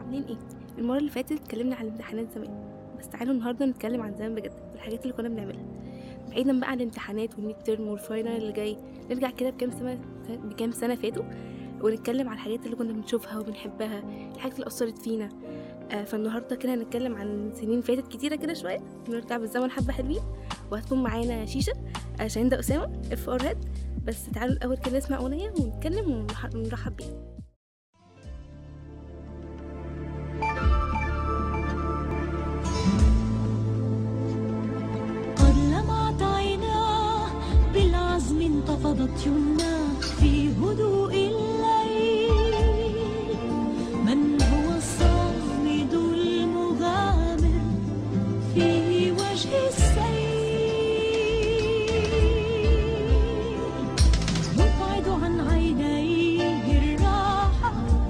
عاملين ايه؟ المرة اللي فاتت اتكلمنا عن الامتحانات زمان، بس تعالوا النهاردة نتكلم عن زمان بجد والحاجات اللي كنا بنعملها بعيدا بقى عن الامتحانات والميد تيرم والفاينل اللي جاي. نرجع كده بكام سنة فاتوا ونتكلم عن الحاجات اللي كنا بنشوفها وبنحبها، الحاجات اللي أثرت فينا. فالنهاردة كده هنتكلم عن سنين فاتت كتيرة كده شوية، نرجع بالزمن حبة حلوين، وهتكون معانا شيشة شاهين ده أسامة اف ار هيد. بس تعالوا الأول كده نسمع أغنية ونتكلم ونرحب بيها. انتفضت يمناه في هدوء الليل، من هو الصامد المغامر في وجه السيل، يبعد عن عينيه الراحة،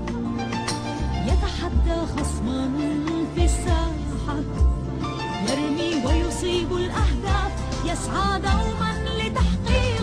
يتحدى خصما في الساحة، يرمي ويصيب الأهداف، يسعى دوما لتحقيق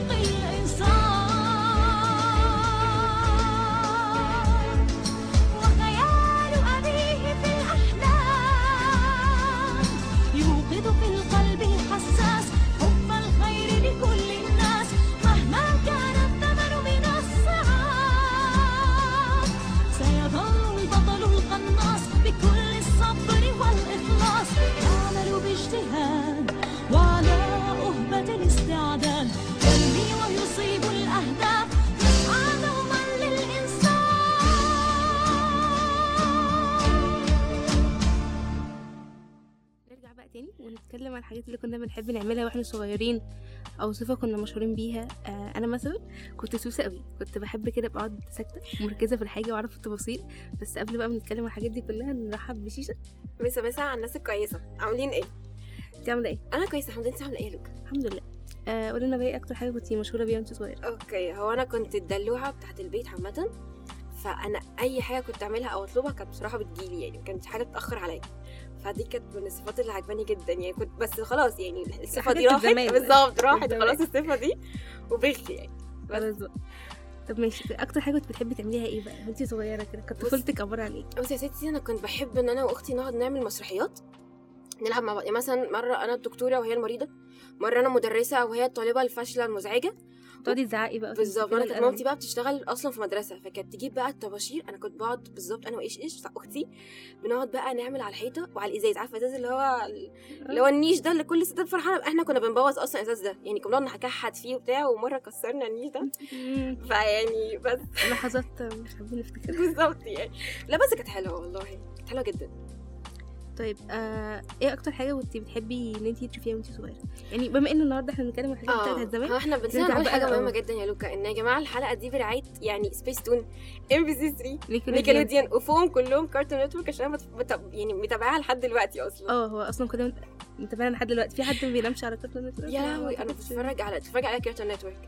وعلى أهبة الاستعداد، يرمي ويصيب الأهداف، يسعى دوما للإنسان. نرجع بقى تاني ونتكلم عن الحاجات اللي كنا بنحب نعملها واحنا صغيرين، او صفة كنا مشهورين بيها. انا مثلا كنت سوسة قوي، كنت بحب كده اقعد ساكتة مركزة في الحاجة واعرف التفاصيل. بس قبل بقى ما نتكلم عن الحاجات دي كلها نرحب بشيشة. مسا على الناس الكويسة، عاملين ايه؟ انت عاملة ايه؟ انا كويسة الحمد لله. انت عاملة ايه يا لوكا؟ الحمد لله. قولي لنا بقى ايه اكتر حاجة كنتي مشهورة بيها وانت صغيرة؟ اوكي، هو انا كنت الدلوعة بتاعت البيت عامة، فانا اي حاجة كنت اعملها او اطلبها كانت بصراحة بتجيلي، يعني ما كانتش حاجة تتأخر عليا، فدي كانت من الصفات اللي عجباني جدا. يعني كنت بس خلاص، يعني الصفة دي راحت بالظبط، راحت خلاص الصفة دي وبغلي يعني بس. طب ماشي، اكتر حاجه كنت بتحبي تعمليها ايه بقى وانتي صغيره كده؟ كانت طفولتك عباره عن ايه؟ بصي يا ستي، انا كنت بحب ان انا واختي نقعد نعمل مسرحيات نلعب مع بعض. يعني مثلا مره انا الدكتوره وهي المريضه، مره انا مدرسه وهي الطالبه الفاشله المزعجه. تقعدي تزعقي بقى بالظبط. انا كانت مامتي بقى بتشتغل اصلا في مدرسه، فكانت تجيب بقى الطباشير، انا كنت بقعد بالظبط انا وايش اختي بنقعد بقى نعمل على الحيطه وعلى الازاز. عارفه الازاز اللي هو النيش ده اللي كل ست فرحانه؟ احنا كنا بنبوظ اصلا الازاز ده، يعني كنا بنقعد نكحت فيه وبتاع، ومره كسرنا النيش ده. فيعني بس لحظات مش حابين نفتكرها بالظبط يعني. لا بس كانت حلوه والله، كانت حلوه جدا. طيب ايه اكتر حاجه كنتي بتحبي ان انتي تشوفيها وانتي صغيره؟ يعني بما ان النهارده احنا بنتكلم عن الحاجات بتاعت زمان، احنا بنسال نقول حاجه مهمه جدا يا لوكا، ان يا جماعه الحلقه دي برعايه يعني سبيس تون، ام بي سي 3، نيكلوديان، وفوم، كلهم كارتون نتورك، عشان يعني متابعاها لحد دلوقتي اصلا. هو اصلا كده متابعانا لحد دلوقتي. في حد ما بينامش على كارتون نتورك؟ يا لهوي، انا بتفرج على كارتون نتورك.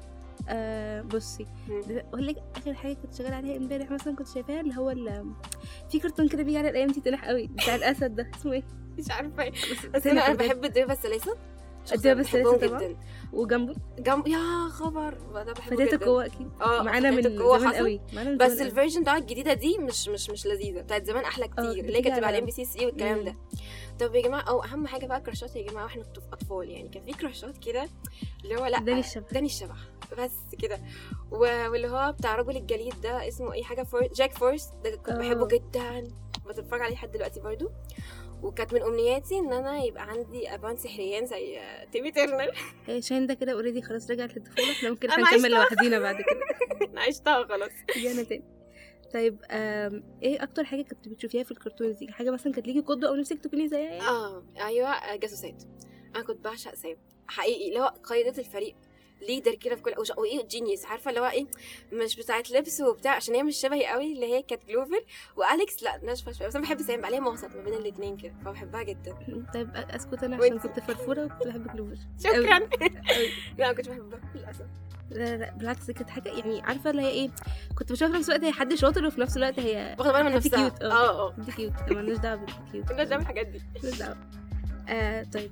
بصي اقول لك اخر حاجه كنت شغاله عليها امبارح، مثلا كنت شايفاها اللي هو في كرتون كده بيجي على الايام دي تنح قوي، بتاع الاسد ده اسمه ايه؟ مش عارفه. بس انا بحب الدببه الثلاثه، الدببه الثلاثه جدا. وجنبه يا خبر، ده بحبه جدا. فتاة القوة اكيد معانا من زمان قوي، بس الفيرجن بتاع الجديده دي مش لذيذه، بتاعت زمان احلى كتير، اللي كانت على ام بي سي 3 والكلام ده. طب يا جماعه، او اهم حاجه بقى كراشات يا جماعه، واحنا اطفال يعني كان في كراشات كده اللي هو لا داني الشبح بس كده، واللي هو بتاع رجل الجليد ده اسمه اي حاجه جاك فورس، ده كنت بحبه جدا، بتفرج عليه لحد دلوقتي برضو. وكانت من امنياتي ان انا يبقى عندي ابان سحريان زي تيمي تيرنر. شاهين ده كده اوريدي خلاص رجعت للطفوله، احنا ممكن نكمل لوحدينا بعد كده. انا عشتها خلاص، رجعنا تاني. طيب ايه اكتر حاجه كنت بتشوفيها في الكرتونز دي؟ حاجه مثلا كانت ليكي قدوه او نفسك تكوني زيها يعني؟ ايوه، جاسوسات. انا كنت بعشق سام حقيقي، اللي هو قائده الفريق، ليدر كده في كل وايه جينيوس، عارفه اللي هو ايه، مش بتاعت لبس وبتاع، عشان هي مش شبهي قوي، اللي هي كانت جلوفر، واليكس لا ناشفه شويه، بس انا بحب سام، عليها موسط ما بين الاثنين كده، فبحبها جدا. طيب اسكت انا عشان كنت فرفوره وكنت بحب جلوفر. شكرا. لا كنت بحبها للاسف. لا بالعكس، كانت حاجه يعني عارفه اللي هي ايه، كنت بشوفها في نفس الوقت هي حد شاطر، وفي نفس الوقت هي واخده بالها من نفسها. دي كيوت، مالناش دعوه بالكيوت، مالناش دعوه بالحاجات دي، مالناش دعوه. طيب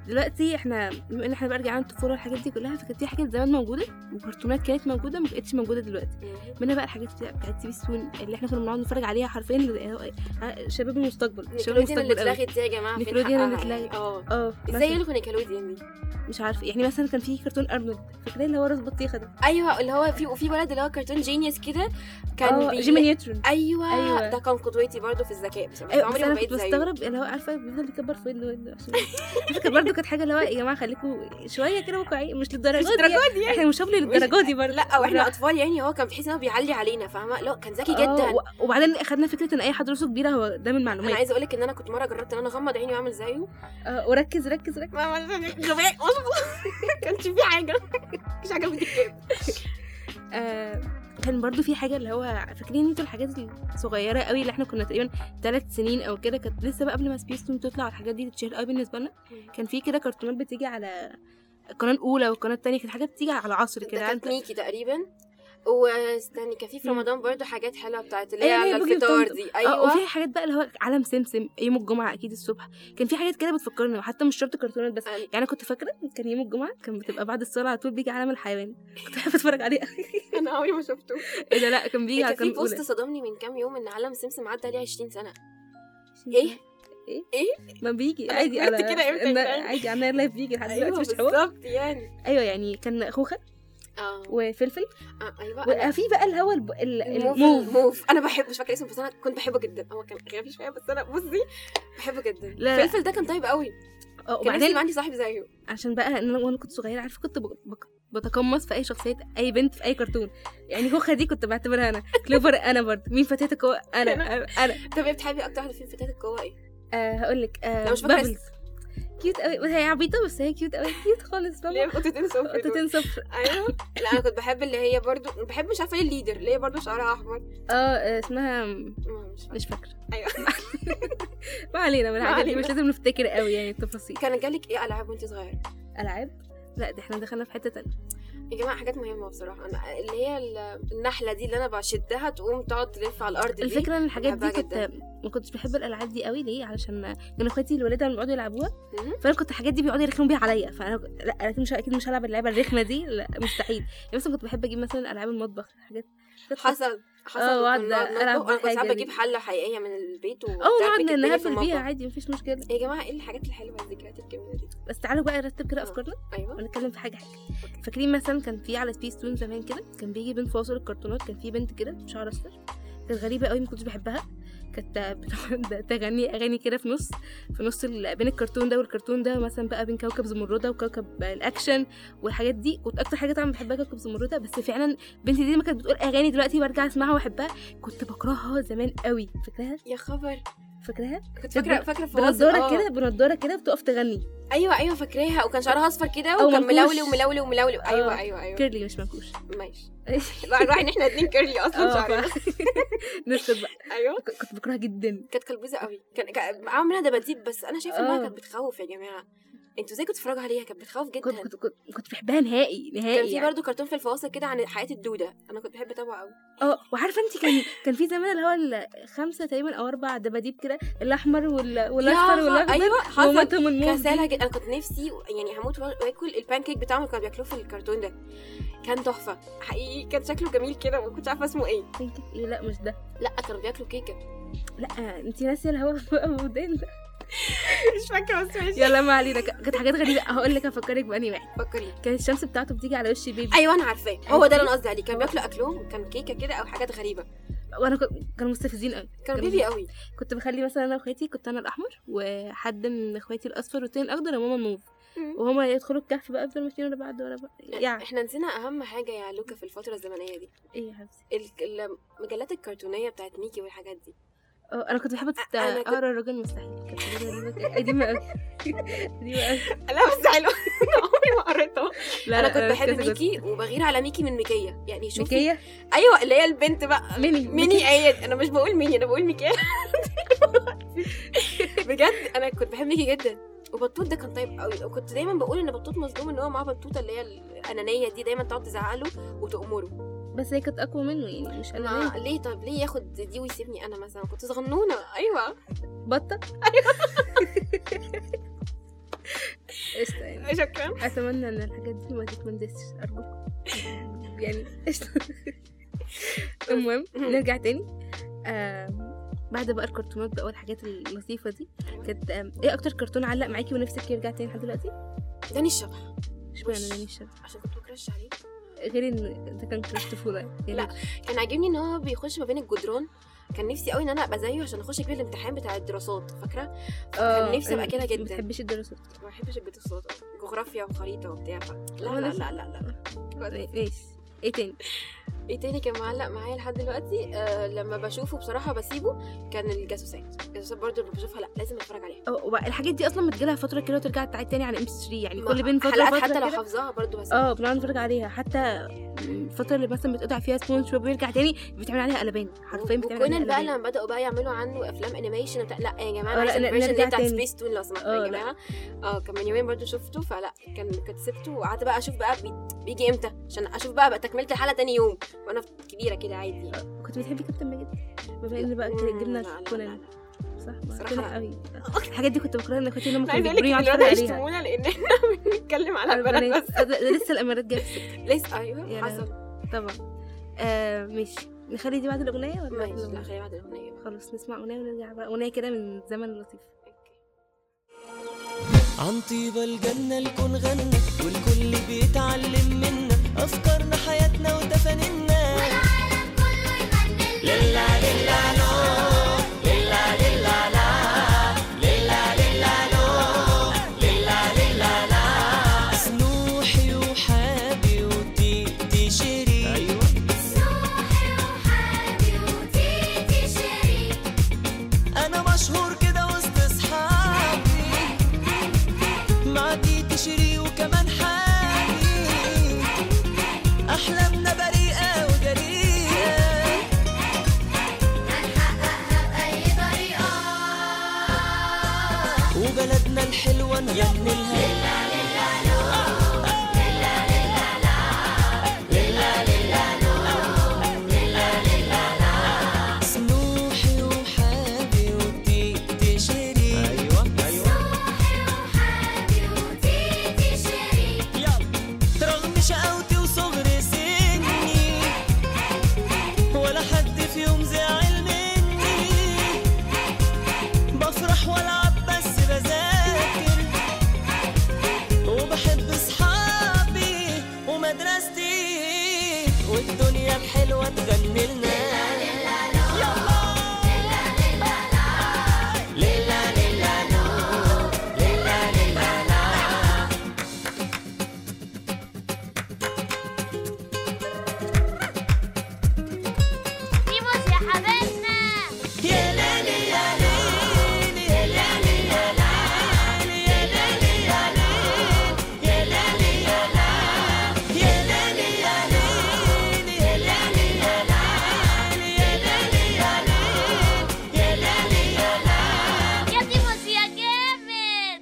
دلوقتي احنا بما ان احنا بقى رجعنا الطفوله والحاجات دي كلها، فكانت في حاجات زمان موجوده وكرتونات كانت موجوده ما بقتش موجوده دلوقتي. منها بقى الحاجات بتاعت تي في ستون اللي احنا كنا بنقعد نتفرج عليها حرفيا، شباب المستقبل. نيكلوديان اللي اتلغت دي يا جماعه، فين نيكلوديان اللي حقها؟ اتلغت. ازاي يلغوا نيكلوديان دي؟ مش عارفه يعني. مثلا كان في كرتون ارنولد، فاكرين اللي هو راس بطيخه ده؟ ايوه اللي هو في ولد اللي هو كرتون جينيوس كده كان جيمي نيوترون. أيوة ده كان قدوتي برضو في الذكاء، بس أيوة عمري ما بقيت كنت زيه. بستغرب اللي هو عارفه بيفضل يكبر في ودنه فكرة برضو كانت حاجه اللي هو يا جماعه خليكم شويه كده واقعيين، مش للدرجه دي يعني. احنا مش هبل للدرجه دي برضه، لا واحنا اطفال يعني. هو كان بتحس ان هو بيعلي علينا، فاهمه؟ لا كان ذكي جدا. وبعدين اخدنا فكره ان اي حد راسه كبيره هو ده من المعلومات. انا عايزه اقول لك ان انا كنت مره جربت ان انا اغمض عيني واعمل زيه. وركز غباء كانش في حاجه مش حاجه بتتكتب. كان برضو في حاجه اللي هو فاكرين انتوا الحاجات الصغيره قوي اللي احنا كنا تقريبا 3 سنين او كده، كانت لسه بقى قبل ما سبيستون تطلع والحاجات دي تتشهر قوي بالنسبه لنا. كان في كده كرتونات بتيجي على القناه الاولى والقناه الثانيه، كانت حاجات بتيجي على عصر كده. كانت ميكي تقريبا. واستني كان في رمضان برضو حاجات حلوه بتاعت اللي هي على الفطار دي. ايوه وفي حاجات بقى اللي هو عالم سمسم يوم الجمعه اكيد الصبح. كان في حاجات كده بتفكرنا، وحتى مش شرط كرتونات بس يعني. انا كنت فاكره كان يوم الجمعه كان بتبقى بعد الصلاه على طول بيجي عالم الحيوان، كنت بحب اتفرج عليه. انا عمري ما شفته. ايه ده؟ لا كان بيجي على كان في بوست صدمني من كام يوم ان عالم سمسم عدى عليه 20 سنه. ايه ما بيجي عادي على كده امتى عادي على اللايف بيجي لحد دلوقتي. مش بالظبط يعني. ايوه يعني كان خوخه وفلفل. ايوه وفي بقى اللي هو الموف. انا بحب، مش فاكره اسمه بس انا كنت بحبه جدا. هو كان غبي شويه بس انا بصي بحبه جدا. الفلفل ده كان طيب قوي. وبعدين عندي صاحب زيه. عشان بقى ان انا كنت صغيره عارفه كنت بتقمص في اي شخصيه اي بنت في اي كرتون. يعني خوخه دي كنت بعتبرها انا، كلوفر انا برضه، مين فتاة القوه انا. طب بتحبي اكتر واحده في فتاة القوه ايه؟ هقول لك بابلز. كيوت قوي، هي عبيطه بس هي كيوت قوي، كيوت خالص. ليه قطتين صفر؟ ايوه. لا انا كنت بحب اللي هي برضو، بحب مش عارفه ايه الليدر اللي هي برضو شعرها احمر. اسمها مش فاكره. ايوه. ما علينا من الحاجات دي، مش لازم نفتكر قوي يعني التفاصيل. كان جالك ايه العاب وانت صغيره؟ العاب؟ لا ده احنا دخلنا في حته تانية يا جماعه. حاجات مهمه بصراحه. انا اللي هي النحله دي اللي انا بشدها تقوم تقعد تلف على الارض دي. الفكره ان الحاجات دي ما كنتش بحب الالعاب دي قوي. ليه؟ علشان كانوا اخواتي الولاد بيقعدوا يلعبوها، فانا كنت الحاجات دي بيقعدوا يرخموا بيها عليا، فانا لا اكيد مش هلعب اللعبه الرخمه دي، لا مستحيل. يعني مثلا كنت بحب اجيب مثلا العاب المطبخ، حاجات حصل انا كنت ساعات بجيب حله حقيقيه من البيت ونقعد نهبل بيها عادي، مفيش مشكله. يا جماعه ايه الحاجات الحلوه الذكريات الجميله دي. بس تعالوا بقى نرتب كده افكارنا. ايوه ونتكلم في حاجه. فاكرين مثلا كان في على سبيستون زمان كده كان بيجي بين فاصل الكرتونات كان في بنت كده بشعر اصفر، كانت غريبه قوي، ما كنتش بحبها. كانت تغني اغاني كده في نص بين الكرتون ده والكرتون ده، مثلا بقى بين كوكب زمردة وكوكب الاكشن والحاجات دي. كنت اكتر حاجه طبعا بحبها كوكب زمردة، بس فعلا بنتي دي ما كانت بتقول اغاني دلوقتي برجع اسمعها واحبها. كنت بكرهها زمان قوي. فاكراها؟ يا خبر فاكراها؟ كنت فاكره بنضاره كده بتقف تغني. ايوه فاكراها. وكان شعرها اصفر كده وكان ملولي. ايوه كيرلي مش منكوش. ماشي. راح ان احنا اتنين كيرلي اصلا شعرنا. نسكت بقى. ايوه كنت بكرهها جدا. كانت كلبوزه قوي. كان معاهم منها دباديب، بس انا شايفه انها كانت بتخوف يا جماعه. انتوا ازاي كنتوا بتتفرجوا عليها؟ كانت بتخوف جدا. كنت بحبها نهائي. كان في برضو كرتون في الفواصل كده عن حياه الدوده، انا كنت بحب اتابعه قوي. وعارفه انت كان في زمان اللي هو 5 تقريبا او 4 دباديب كده، الاحمر والاصفر والاخضر. ايوه حصل. كسالة جدا. انا كنت نفسي يعني هموت واكل البانكيك بتاعهم اللي كانوا بياكلوه في الكرتون ده. كان تحفه حقيقي، كان شكله جميل كده وما كنتش عارفه اسمه ايه. لا مش ده. لا كانوا بياكلوا كيكه. لا انت ناسيه اللي هو ابودين ده. مش فاكره بس ماشي. يلا ما علينا. كانت حاجات غريبه. هقول لك افكرك باني واحد. فكري. كانت الشمس بتاعته بتيجي على وش بيبي. ايوه انا عارفاه، هو ده اللي انا قصدي عليه. كان بياكلوا اكلهم كان كيكه كده او حاجات غريبه، وانا كانوا مستفزين قوي. كانوا بيبي قوي. كنت بخلي مثلا انا واخواتي، كنت انا الاحمر وحد من اخواتي الاصفر والتاني الاخضر وماما الموف، وهما يدخلوا الكهف بقى يفضلوا ماشيين ورا بعض يعني. احنا نسينا اهم حاجه يا لوكا في الفتره الزمنيه دي. ايه يا حبيبتي؟ المجلات الكرتونيه بتاعت ميكي والحاجات دي. انا كنت بحب اقرا الراجل مستحيل. كانت قديمه قوي. لا بس حلو. عمري ما قريتها. انا كنت بحب ميكي وبغير على ميكي من ميكيه. يعني شوفي ميكيه. ايوه اللي هي البنت بقى ميني اياد. انا مش بقول ميني، انا بقول ميكيه. بجد انا كنت بحب ميكي جدا. وبطوط ده كان طيب قوي. وكنت دايما بقول ان بطوط مظلوم، ان هو معاه بطوطه اللي هي الانانيه دي، دايما تقعد تزعله وتأمره. بس هي كانت اقوى منه يعني، مش انا ليه؟ طب ليه ياخد دي ويسيبني انا مثلا؟ كنت صغنونه. ايوه بطه. ايوه. قشطة يعني. شكرا. اتمنى ان الحاجات دي ما تتمندسش ارجوك يعني. قشطة. المهم نرجع تاني. بعد بقى الكرتونات بقى والحاجات اللطيفة دي، كانت ايه اكتر كرتون علق معاكي ونفسك يرجع تاني لحد دلوقتي؟ داني الشبح. اشمعنى داني الشبح؟ عشان كنت بكرش عليه، غير ان ده كان كراش طفولة يعني. لا كان عاجبني ان هو بيخش ما بين الجدران، كان نفسي قوي ان انا ابقى زيه عشان اخش كده الامتحان بتاع الدراسات، فاكره؟ كان نفسي ابقى كده جدا. ما بتحبش الدراسات؟ ما بحبش الدراسات، جغرافيا وخريطه وبتاع. لا هو لا نفس- لا لا لا. ماشي. ايه تاني؟ ايه تاني كان معلق معايا لحد دلوقتي؟ لما بشوفه بصراحه بسيبه، كان الجاسوسات برضو اللي بشوفها لا لازم اتفرج عليها. الحاجات دي اصلا بتجيلها فتره كده وترجع تعيد تاني على ام 3 يعني، كل بين فتره حلقات فتره حتى لو كده. حافظاها برضو بس بنقعد نتفرج عليها. حتى الفتره اللي مثلا بتقطع فيها سبونج بوب ويرجع تاني بتعمل عليها قلبان حرفيا، بتعمل عليها وكونان بقى قلبان. لما بدأوا بقى يعملوا عنه افلام انيميشن لا يا جماعه لا، عايزه الفيرجن نرجع بتاعت تاني. سبيس تون لو سمحتوا يا جماعه. كان من يومين برضو شفته، فلا كنت سبته وقعدت بقى اشوف بقى بيجي امتى عشان اشوف بقى تكمله الحلقه تاني يوم وانا كبيره كده عادي. كنت بتحبي كابتن ماجد بما ان بقى جبنا كونان؟ صح صراحة قوي. الحاجات دي كنت بكرهها ان اخواتي لما كانوا عايزه اقول لك بيجبروني ان اقعد الولاد اتفرج عليها. هيشتمونا لان احنا بنتكلم على البنات بس. ده لسه الامارات جايه في السكه. لسه ايوه يعني حصل طبعا. ماشي، نخلي دي بعد الاغنيه ولا ماشي. قبل لا الأغنية؟ خلينا بعد الاغنيه بقى. خلاص نسمع اغنيه ونرجع بقى، اغنيه كده من زمن لطيف. عن طيبة الجنة الكون غنى والكل بيتعلم منا أفكارنا حياتنا وتفانينا والعالم كله يغني لله لله لو لله لله لا لله لله لو لله لله لا سنوحي وحابي وتيتي شيرين. أيوة سنوحي وحابي وتيتي شيرين. أنا مشهور كده وسط أصحابي مع تيتي شيرين وكمان حالي أحلامنا بريئة وجريئة هنحققها بأي طريقة وبلدنا الحلوة نغني لها سنوحي وحابي وتيتي شيرين. أيوة سنوحي وحابي وتيتي شيرين. يلا رغم شقاوتي وصغر سني ولا حد في يوم زعل مني بفرح والعب بس بذاكر وبحب اصحابي ومدرستي والدنيا الحلوة تغني لنا نيموس يا حبيبنا. يا ليلي يا ليلي يا ليلي يا ليلي يا ليلي يا ليلي يا ليلي يا ليلي يا ليلي يا ليلي يا ليلي يا ليلي يا ليلي يا ليلي يا ليلي يا ليلي. يا نيموس يا جامد.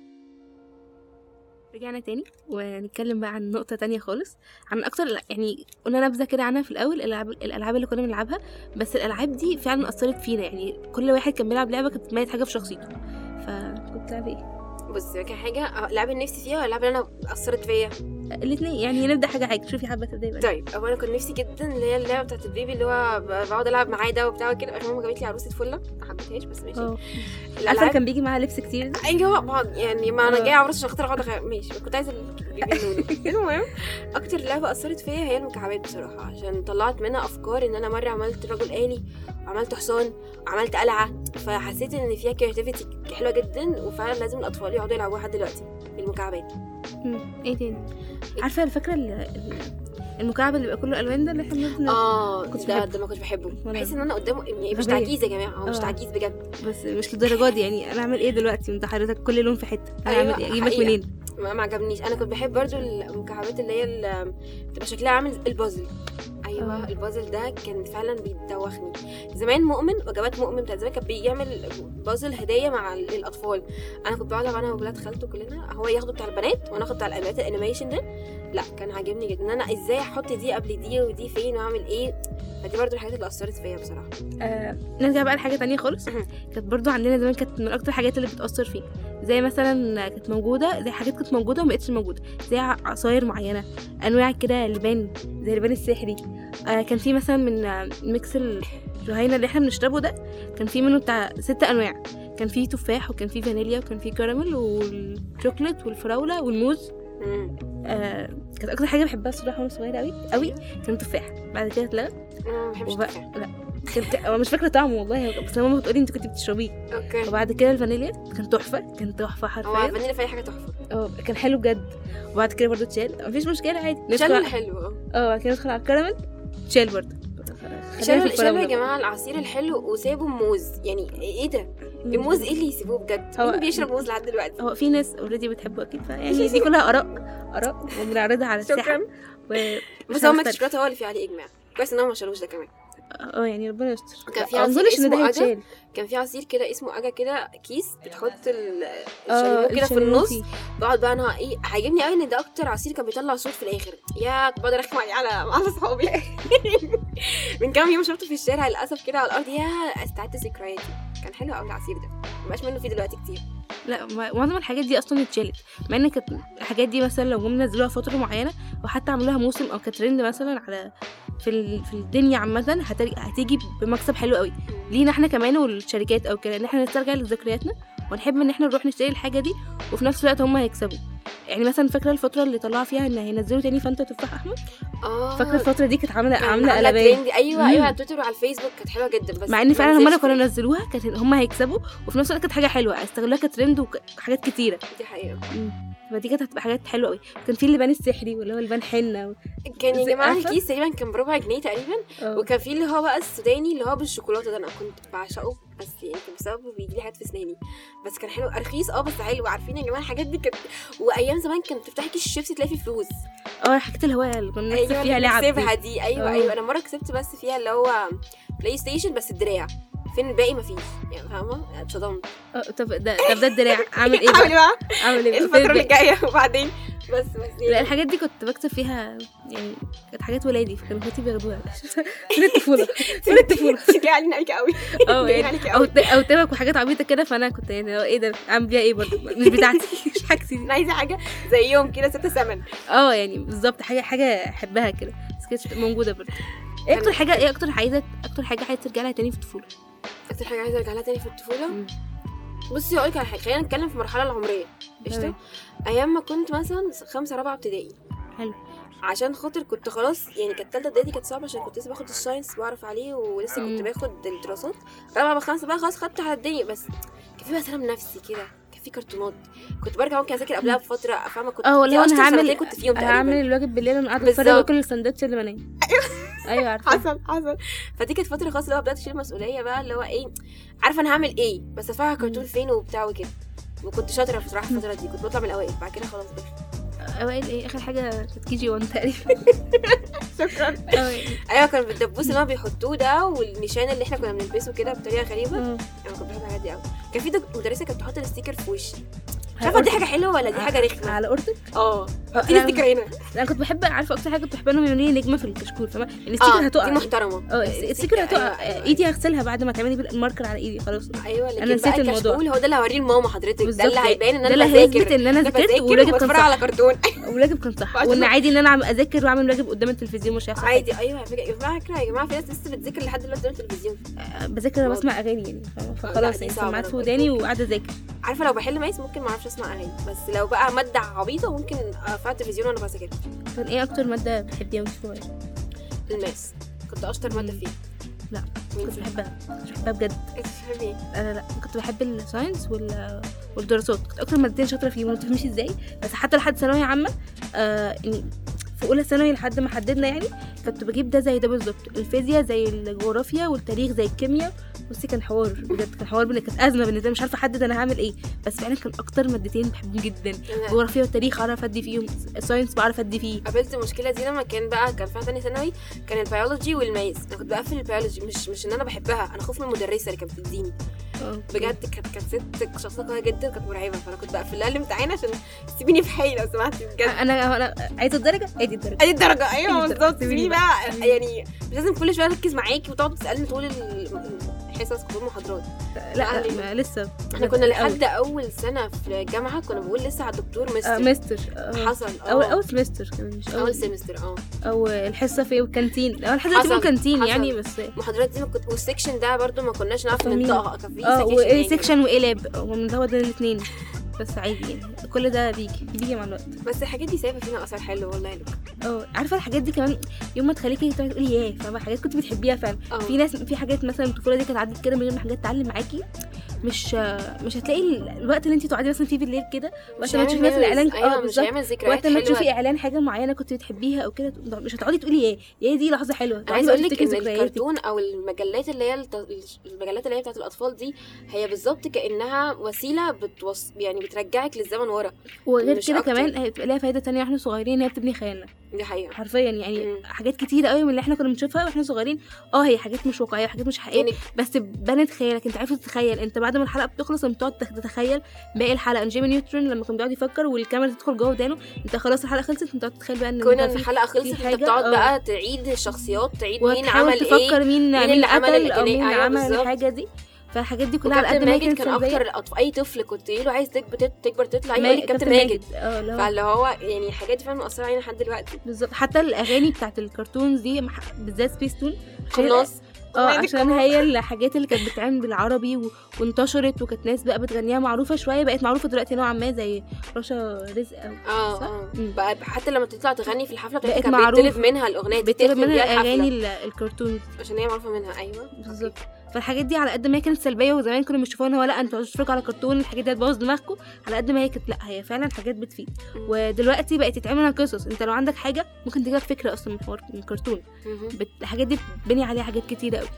رجعنا تاني ونتكلم بقى عن نقطة تانية خالص، عن أكتر يعني قلنا نبذة كده عنها في الأول. الألعاب اللي كنا بنلعبها، بس الألعاب دي فعلا أثرت فينا يعني. كل واحد كان بيلعب لعبة كانت بتميز حاجة في شخصيته. فكنت بتلعب ايه؟ بص كان حاجه اللعبه اللي نفسي فيها ولا اللعبه اللي انا اثرت فيا؟ الاثنين يعني. نبدأ حاجة شوفي حابة تبدأي بقى. طيب هو انا كنت نفسي جدا اللي هي اللعبه بتاعت البيبي اللي هو بقعد العب معاه ده وبتاع كده. ماما جابت لي عروسه فله ما حبيتهاش بس ماشي. عارفة كان بيجي معاها لبس كتير ده؟ ايوه بعض يعني ما انا جايه عروسه عشان خاطر اقعد ماشي كنت عايزه البيبي نونو. المهم اكتر لعبه اثرت فيا هي المكعبات بصراحه، عشان طلعت منها افكار. ان انا مره عملت رجل آلي وعملت حصان وعملت قلعه، فحسيت ان فيها كرياتيفيتي حلوه جدا وفعلا لازم الاطفال يقعدوا يلعبوها لحد دلوقتي المكعبات. ايه تاني؟ عارفة الفكرة المكعب اللي بيبقى كله الوان ده اللي احنا كنت ده ما كنتش بحبه. بحس ان انا قدامه يعني مش غبية. تعجيز يا جماعه، هو مش تعجيز بجد بس مش للدرجه دي يعني. انا اعمل ايه دلوقتي انت حضرتك كل لون في حته؟ انا أيوة، اعمل ايه؟ اجيبك حقيقة. منين؟ ما عجبنيش. انا كنت بحب برضو المكعبات اللي هي بتبقى شكلها عامل البازل. ايوه البازل ده كان فعلا بيدوخني. زمان مؤمن وجبات مؤمن بتاع زمان كان بيعمل بازل هديه مع الاطفال. انا كنت بقعد انا وولاد خالته كلنا، هو ياخدوا بتاع البنات وانا اخد بتاع الانميات الانيميشن ده. لا كان عاجبني جدا ان انا ازاي احط دي قبل دي ودي فين واعمل ايه. فدي برضو الحاجات اللي اثرت فيا بصراحه. نرجع بقى لحاجه تانية خالص. كانت برضو عندنا زمان، كانت من اكتر الحاجات اللي بتاثر فيه زي مثلا كانت موجوده، زي حاجات كانت موجوده وما بقتش موجوده، زي عصاير معينه، انواع كده لبان زي اللبان السحري. كان في مثلا من ميكس الجهينه اللي احنا بنشربه ده، كان في منه بتاع 6 انواع. كان في تفاح وكان في فانيليا وكان في كراميل والشوكليت والفراوله والموز. كانت اكتر حاجه بحبها الصراحه وانا صغيره قوي قوي كان تفاح. بعد كده اتلغى ما بحبش التفاح. لا كان مش فاكره طعمه والله، بس ماما بتقولي انت كنت بتشربيه. اوكي. وبعد كده الفانيليا كان تحفه، كان تحفه هو حرفيا. الفانيليا في اي حاجه تحفه. كان حلو بجد. وبعد كده برضو تشال، مفيش مشكله عادي. شال حلو. بعد كده ندخل على الكراميل، تشال برضو. شالوا يا جماعه العصير الحلو وسابوا موز. يعني ايه ده؟ الموز ايه اللي يسيبوه بجد؟ مين بيشرب موز لحد دلوقتي؟ هو في ناس اوريدي بتحبه اكيد، يعني دي كلها اراء وبنعرضها على الساحه. بس هو ماكس الشوكولاته هو اللي فيه عليه اجماع. كويس ان هم ما شالوش ده كمان. يعني ربنا يستر. كان في عصير اسمه أجا، كان في عصير كده اسمه أجا كده، كيس بتحط الشاليمو كده في النص. بقعد بقى انا عاجبني قوي ان ده اكتر عصير كان بيطلع صوت في الاخر. يا بقعد ارخم على اصحابي. من كام يوم شفته في الشارع للاسف كده على الارض. يا استعدت ذكرياتي، كان حلو قوي العصير ده، مبقاش منه فيه دلوقتي كتير. لا معظم الحاجات دي اصلا اتشالت، مع ان كانت الحاجات دي مثلا لو جم نزلوها فتره معينه وحتى عملوها موسم او كترند مثلا على في الدنيا عامه، هتيجي بمكسب حلو قوي لينا احنا كمان والشركات او كده، ان احنا نسترجع لذكرياتنا ونحب ان احنا نروح نشتري الحاجه دي، وفي نفس الوقت هم هيكسبوا. يعني مثلا فاكره الفتره اللي طلعوا فيها ان هينزلوا تاني فانتا تفاح احمر. فاكره الفتره دي كانت عامله قلبان. ايوه على تويتر وعلى الفيسبوك كانت حلوه جدا. بس مع ان فعلا هم لو كانوا نزلوها كانت هم هيكسبوا، وفي نفس الوقت كانت حاجه حلوه استغلوها كترند وحاجات كتيره. دي حقيقه. فدي كانت هتبقى حاجات حلوه قوي. كان في اللبان السحري واللي هو اللبان حنه كان يا جماعه الكيس تقريبا كان بربع جنيه تقريبا. وكان في اللي هو بقى السوداني اللي هو بالشوكولاته ده، انا كنت بعشقه، بس يمكن بسببه بيجي لي حاجات في اسناني. بس كان حلو، رخيص بس حلو. عارفين يا جماعه الحاجات دي كانت، وايام زمان كانت تفتحي كيس الشيبسي تلاقي فيه فلوس. حاجه الهوايه اللي كنا بنكسب فيها لعب دي. ايوه انا مره كسبت بس فيها اللي هو بلاي ستيشن، بس الدراع فين الباقي مفيش، يعني فاهمه؟ اتصدمت. طب ده الدراع اعمل ايه بقى الفتره اللي جايه وبعدين بس لا الحاجات دي كنت بكسب فيها، يعني كانت حاجات ولادي فكانوا اخواتي بياخدوها. فين الطفوله جاي علينا عليك قوي. يعني او تبك وحاجات عبيطه كده. فانا كنت يعني ايه ده اعمل بيها ايه برضه، مش بتاعتي مش حاجتي. انا عايزه حاجه زيهم كده 6 ثمن. يعني بالظبط حاجه احبها كده، بس كانت موجوده برضه. ايه اكتر حاجه عايزه ترجع لها تاني في الطفوله؟ اكتر حاجه عايزه ارجع لها تاني في الطفوله، بصي اقول لك على حاجه. خلينا نتكلم في المرحله العمريه. قشطه. ايام ما كنت مثلا 5 4 ابتدائي. حلو. عشان خاطر كنت خلاص، يعني كانت 3 ابتدائي كانت صعبه عشان كنت لسه باخد الساينس بعرف عليه، ولسه كنت باخد الدراسات. 4 5 بقى خلاص خدت على الدنيا. بس كان في بقى سلام نفسي كده، كان في كرتونات كنت برجع ممكن اذاكر قبلها بفتره. فاهمه؟ كنت والله انا هعمل الواجب بالليل وانا قاعده اتفرج واكل الساندوتش اللي بنام. ايوه عارفه. حصل. فدي كانت فتره خاصه اللي هو بدات اشيل مسؤوليه بقى، اللي هو ايه، عارفه انا هعمل ايه، بس افهم كرتون فين وبتاع وكده. وكنت شاطره بصراحه الفتره دي، كنت بطلع من الاوائل. بعد كده خلاص بقى اوائل ايه، اخر حاجه كانت كي جي 1 تقريبا. شكرا. ايوه كان بالدبوس اللي هو بيحطوه ده، والنشان اللي احنا كنا بنلبسه كده بطريقه غريبه. انا كنت بحب الحاجات دي قوي. كان في مدرسه كانت بتحط الستيكر في وشي. عارفه دي حاجه حلوه ولا دي حاجه رخمه؟ على قرطك. في ستيكر هنا. انا كنت بحب، عارفه اكتر حاجه كنت بحبها انهم يعملوا لي نجمه في الكشكول. فاهمه؟ الستيكر هتقع. دي محترمه. الستيكر هتقع. ايدي هغسلها بعد ما تعملي بالماركر على ايدي خلاص. ايوه انا نسيت الموضوع. هو ده اللي هوريه لماما حضرتك. ده اللي هيبان ان انا بذاكر، ان انا ذاكرت والواجب كان صح على كرتون. والواجب كان صح، وان عادي ان انا اذاكر واعمل واجب قدام التلفزيون مش هيحصل عادي. ايوه يا جماعه في ناس لسه بتذاكر لحد دلوقتي قدام التلفزيون. بذاكر وبسمع اغاني يعني. فخلاص يعني سمعت في وداني وقاعده اذاكر. عارفه لو بحل مايس ممكن ما اعرفش اسمع اغاني، بس لو بقى ماده عبيطه ممكن ارفع التلفزيون وانا بذاكر. كان ايه اكتر ماده بتحبيها وانت صغيره؟ الماس. كنت اشطر ماده فيه. لا كنت بحبها بجد. انت بتحبي ايه؟ انا لا كنت بحب الساينس والدراسات. كنت اكتر مادتين شاطره فيهم، ما تفهميش ازاي. بس حتى لحد ثانويه عامه يعني في اولى ثانوي لحد ما حددنا يعني كنت بجيب ده زي ده بالظبط. الفيزياء زي الجغرافيا والتاريخ زي الكيمياء. بصي كان حوار بجد، كان حوار كانت ازمه بالنسبه لي، مش عارفه احدد انا هعمل ايه. بس فعلا كان اكتر مادتين بحبهم جدا. الجغرافيا والتاريخ اعرف ادي فيهم، الساينس بعرف ادي فيه. قابلت المشكله دي لما كان في ثانيه ثانوي، كان البيولوجي والماس. انا كنت بقفل البيولوجي، مش ان انا بحبها، انا خوف من المدرسه اللي كانت بتديني. بجد كانت ست شخصيه قويه جدا وكانت مرعبه. فانا كنت بقفل لها الامتحان عشان تسيبيني في حالي لو سمحتي. بجد انا عايزه الدرجه. ايوه بالظبط. سيبيني بقى، يعني مش لازم كل شويه اركز معاكي وتقعد تسالني طول حصص كنت بقول محاضرات. لا ما لسه احنا كنا لحد اول سنه في الجامعه كنا بنقول لسه على الدكتور مستر حصل اول سمستر كمان مش اول سمستر او الحصه في الكانتين اول حصه في الكانتين يعني. بس المحاضرات دي والسكشن ده برضو ما كناش نعرف ننطقها. كان في سكشن وإلاب هو ده الاثنين بس عادي يعني كل ده بيجي مع الوقت. بس الحاجات دي سايبه فينا اثر حلو والله يا لوك. عارفه الحاجات دي كمان يوم ما تخليكي تقولي ياه فاهمه حاجات كنت بتحبيها فعلا. في ناس في حاجات مثلا الطفوله دي كانت عدت كده من غير ما حاجات تعلم معاكي. مش هتلاقي الوقت اللي انت تقعدي مثلا فيه بالليل كده وقت ما تشوفي مثلا الاعلان مش هيعمل ذكريات وقت ما تشوفي اعلان حاجه معينه كنت بتحبيها او كده مش هتقعدي تقولي ياه دي لحظه حلوه. عايزه اقول لك ان الكرتون او المجلات اللي هي بتاعت الاطفال دي هي بالظبط كانها وسيله يعني بترجعك للزمن ورا. وغير كده كمان هيبقى لها فايده تانية واحنا صغيرين هي بتبني خيالنا. دي حقيقه حرفيا يعني حاجات كتير قوي من اللي احنا كنا بنشوفها واحنا صغيرين هي حاجات مش واقعيه حاجات مش حقيقيه يعني بس بنت خيالك. انت عارفه تتخيل انت بعد ما الحلقه بتخلص بتقعد تتخيل باقي الحلقه. جيمي نيوترون لما كان بيقعد يفكر والكاميرا تدخل جوه ودانه انت خلاص الحلقه خلصت انت بتقعد تتخيل بقى ان كون الحلقه خلصت انت بتقعد بقى تعيد الشخصيات تعيد مين عمل تفكر مين اللي قتل او مين عمل الحاجه دي. فالحاجات دي كلها على قد ما كان اكتر اي طفل كنت له عايز تكبر تطلع يقول لي كابتن ماجد. فاللي هو يعني الحاجات دي فعلا مؤثره علينا لحد دلوقتي بالظبط. حتى الاغاني بتاعت الكرتونز دي بالذات سبيس تون خلاص عشان هي الحاجات اللي كانت بتتعمل بالعربي وانتشرت وكانت ناس بقى بتغنيها معروفه شويه بقت معروفه دلوقتي نوعا ما زي رشا رزق او بقى حتى لما تطلع تغني في الحفله بتاعتها كان بيتطلب منها الاغنيه دي بيتطلب منها الاغاني الكرتون عشان هي معروفه منها. ايوه بالظبط. فالحاجات دي على قد ما هي كانت سلبيه وزمان كنا بنشوفوها ان هو لا انتوا تتفرجوا على كرتون الحاجات دي هتبوظ دماغكم على قد ما هي كانت لا هي فعلا حاجات بتفيد. ودلوقتي بقت تتعمل قصص انت لو عندك حاجه ممكن تجيلك فكره اصلا من كرتون. الحاجات دي بتبني عليها حاجات كتيره قوي.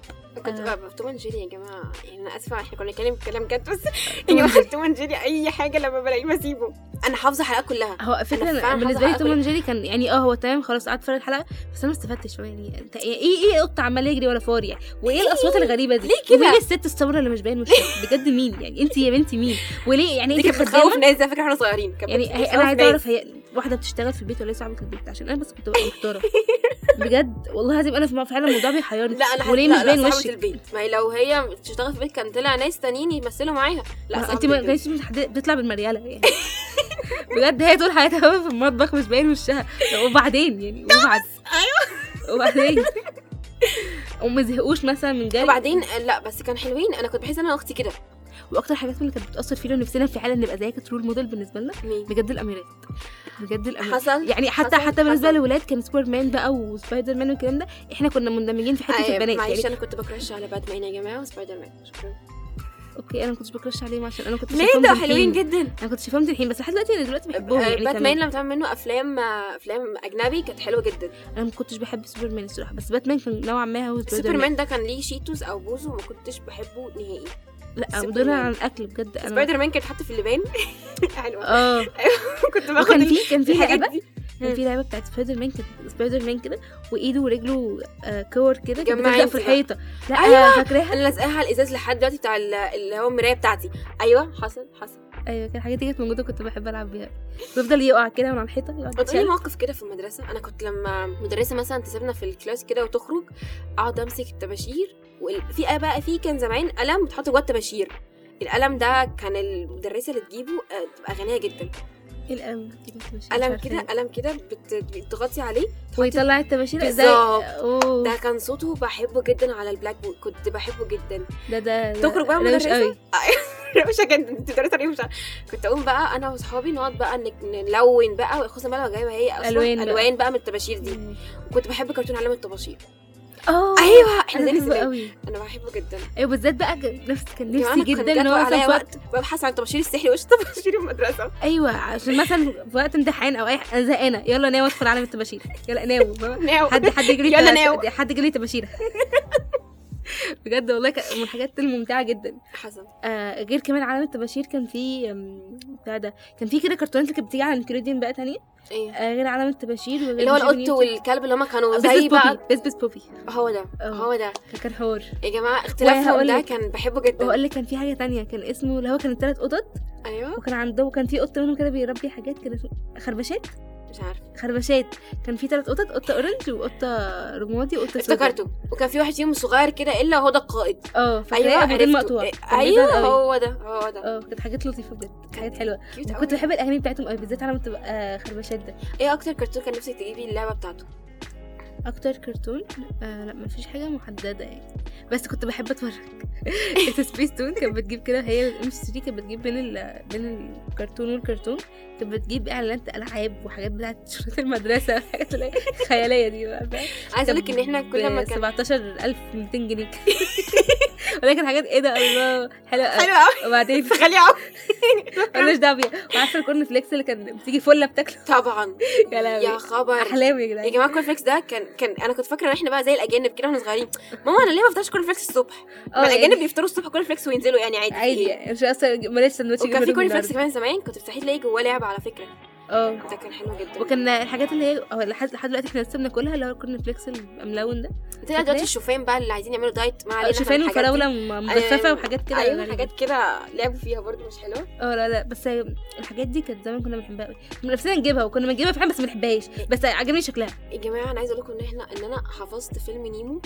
كنت بقى توم اند جيري يا جماعه يعني انا اسفه احنا كنا بنتكلم كلام جد بس يا جماعه توم اند جيري اي حاجه لما بلاقيه بسيبه. انا حافظه الحلقات كلها. هو فكره بالنسبه لي توم اند جيري كان يعني هو تمام خلاص قعدت اتفرج الحلقه بس انا ما استفدتش شويه يعني انت ايه قطه عمال يجري ولا فار يعني وايه الاصوات الغريبه دي ليه الست السمراء اللي مش باين وشها بجد مين يعني انت يا بنتي مين وليه يعني انت كنت بتخوف ناس على فكره احنا صغيرين يعني انا عايزه اعرف هي واحده بتشتغل في البيت ولا صاحبه البيت عشان انا بس كنت ببقى محتاره بجد والله لازم انا فعلا الموضوع بيحيرني. لا انا وليه مش باين وشك البيت ما لو هي بتشتغل في البيت كان طلع ناس تانيين يمثلوا معاها. لا انت ما كانتش بتطلع بالمرياله يعني بجد هي طول حياتها في المطبخ مش باين وشها وبعدين يعني وبعدين وما زهقوش مثلا من جري وبعدين لا بس كان حلوين. انا كنت بحس انا اختي كده. واكتر حاجات اللي كانت بتاثر فينا نفسنا فعلا نبقى زي كانت رول موديل بالنسبه لنا بجد الاميرات حصل يعني حتى بالنسبه للولاد كان سوبرمان بقى وسبايدر مان والكلام ده احنا كنا مندمجين في حته البنات معلش انا كنت بكرش على باتمان يا جماعه وسبايدر مان. شكرا. اوكي انا ما كنتش بكرش عليهم عشان انا كنت شايفاهم ليه حلوين جدا. انا كنت شايفاهم الحين بس لحد دلوقتي بحبهم يعني باتمان لما تعمل منه افلام اجنبي كانت حلوه جدا. انا ما كنتش بحب سوبرمان الصراحه بس باتمان كان نوعا ما هو سوبرمان ده كان ليه شيتوس او بوزو وما كنتش بحبه نهائي. لا بدون عن الاكل بجد انا سبايدر مان كانت حاطه في اللبان حلوه كنت باخد كان في لعبه كان في لعبه بتاعت سبايدر مان كده وايده ورجله كور كده بتلزق في الحيطه. لا أيوة. فاكراها انا لازقاها على الازاز لحد دلوقتي بتاع اللي هو المرايه بتاعتي. ايوه حصل ايوه كان الحاجات دي كانت موجوده كنت بحب العب بيها. بفضل يقع كده من على الحيطه. قلت لي موقف كده في المدرسه. انا كنت لما مدرسه مثلا تسيبنا في الكلاس كده وتخرج اقعد امسك الطباشير في كان زمان قلم بتحط جوه الطباشير. القلم ده كان المدرسه اللي تجيبه تبقى غنيه جدا. قلم كده بتضغطي عليه ويطلع الطباشير ازاي. ده كان صوته بحبه جدا على البلاك بورد كنت بحبه جدا. ده تخرج بقى مدرسه روشه كانت مدرسه روشه. كنت اقوم بقى انا واصحابي نقعد بقى نلون بقى خصوصا بقى لو جايبه هي اصلا الوان بقى من الطباشير دي. وكنت بحب كرتون علم الطباشير. ايوه احنا زي قوي انا بحبه جدا. ايوه بالذات بقى كان نفسي جدا ان هو في وقت ببحث عن الطباشير السحري وش طباشير المدرسه. ايوه عشان مثلا في وقت امتحان او اي انا زهقانه يلا ناوي ادخل عالم الطباشير يلا ناوي حد يجري يلا ناوي حد يجري طباشير بجد والله من الحاجات الممتعه جدا. حصل غير كمان عالم الطباشير كان في بتاع ده كان في كده كرتونات اللي كانت بتيجي على نيكلوديون بقى تانية. غير عالم الطباشير اللي هو القط والكلب اللي هما كانوا زي بعض. بس بوبي هو ده كان حوار يا جماعه اختلافهم ده كان بحبه جدا. واقول لك كان في حاجه تانية كان اسمه اللي هو كان 3 قطط. ايوه وكان في قط منهم كده بيربي حاجات كده خربشات. مش عارفه خربشات. كان في 3 قطط، قطه اورنج وقطه رمادي وقطه سودا. افتكرته، وكان في واحد فيهم صغير كده الا هو ده القائد. فاكره ابو ديل مقطوع. ايوه هو ده كانت حاجات لطيفه بجد، حاجات حلوه. كيوت كنت قوي. بحب الاغاني بتاعتهم قوي، بالذات على ما تبقى خربشات ده. ايه اكتر كرتون كان نفسك تجيبي اللعبه بتاعته؟ اكتر كرتون لا مفيش حاجه محدده يعني، بس كنت بحب اتفرج. سبيس تون كانت بتجيب كده، هي ام 3 كانت بتجيب بين الكرتون والكرتون كانت بتجيب اعلانات العاب وحاجات بتاعت شروط المدرسه، الحاجات اللي هي الخياليه دي بقى. عايزه اقول لك ان احنا كل ما كان 17200 جنيه ولكن حاجات ايه ده، الله حلوه حلوه قوي وبعدين غاليه قوي. مالناش دعوه بيها. وعارفه الكورن فليكس اللي كان بتيجي فله بتاكله؟ طبعا يا لهوي، يا خبر احلامي يا يا جدعان. جماعه كورن فليكس ده كان انا كنت فاكره ان احنا بقى زي الاجانب كده واحنا صغيرين. ماما انا ليه ما بفطرش كورن فليكس الصبح؟ ما الاجانب بيفطروا الصبح كورن فليكس وينزلوا يعني عادي. عادي يعني مش اصلا بلاش سندوتش. وكان في كورن فليكس كمان زمان كنت تفتحي تلاقي جواه لعبه على فكره. ده كان حلو جدا. وكان الحاجات اللي هي لحد دلوقتي احنا لسه بناكلها، اللي هو الكورن فليكس الملون ده. طلع دلوقتي الشوفان بقى اللي عايزين يعملوا دايت، ما علينا. شوفان وفراوله مجففه وحاجات كده. ايوه حاجات كده لعبوا فيها برضو مش حلوه. لا بس الحاجات دي كانت زمان كنا بنحبها قوي، كنا نفسنا نجيبها وكنا بنجيبها فعلا بس ما بنحبهاش، بس عجبني شكلها. يا جماعه انا عايزه اقول لكم ان انا حفظت فيلم نيمو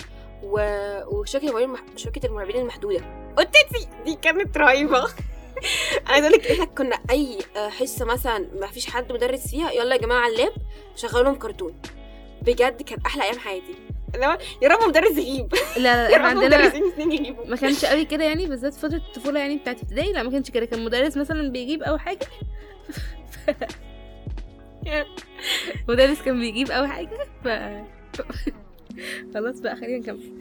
وشركه المرعبين المحدوده. قطتي دي كانت رهيبه. عايزه اقول لك احنا كنا اي حصه مثلا ما فيش حد مدرس فيها، يلا يا جماعه على اللاب شغلوا لهم كرتون. بجد كانت احلى ايام حياتي. يا رب مدرس يغيب. لا يا احنا رب عندنا مدرسين اثنين يغيبوا. ما كانش قوي كده يعني، بالذات فتره الطفوله يعني بتاعت ابتدائي. لا ما كانش كده، كان مدرس مثلا بيجيب او حاجه مدرس كان بيجيب او حاجه خلاص بقى خلينا نكمل.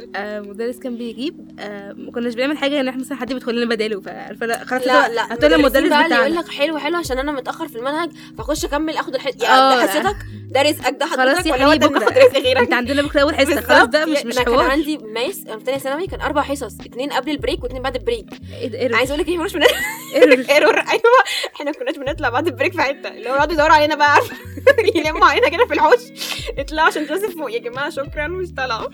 مدرس كان بيجيب ما كناش بنعمل حاجه ان احنا مثلا حد بيدخل لنا بداله، فلا خلاص لا هتقول المدرس بتاعنا يقول لك حلو عشان انا متاخر في المنهج فاخش اكمل اخد يا حصتك ده رزقك ده حضرتك ولا هو ده بناخد رزق غيرك. انت عندنا بكره اول حصه خلاص بقى مش حوار. حوار. كان عندي ماس في ثانيه ثانوي كان 4 حصص، 2 قبل البريك و2 بعد البريك. عايزه اقول لك احنا مش ايرور. ايوه احنا كناش بنطلع بعد البريك في حته اللي هو يقعدوا يدوروا علينا بقى، عارفه يلموا علينا كده في الحوش اطلعوا عشان تنزل فوق. يا جماعه شكرا مش طالعه.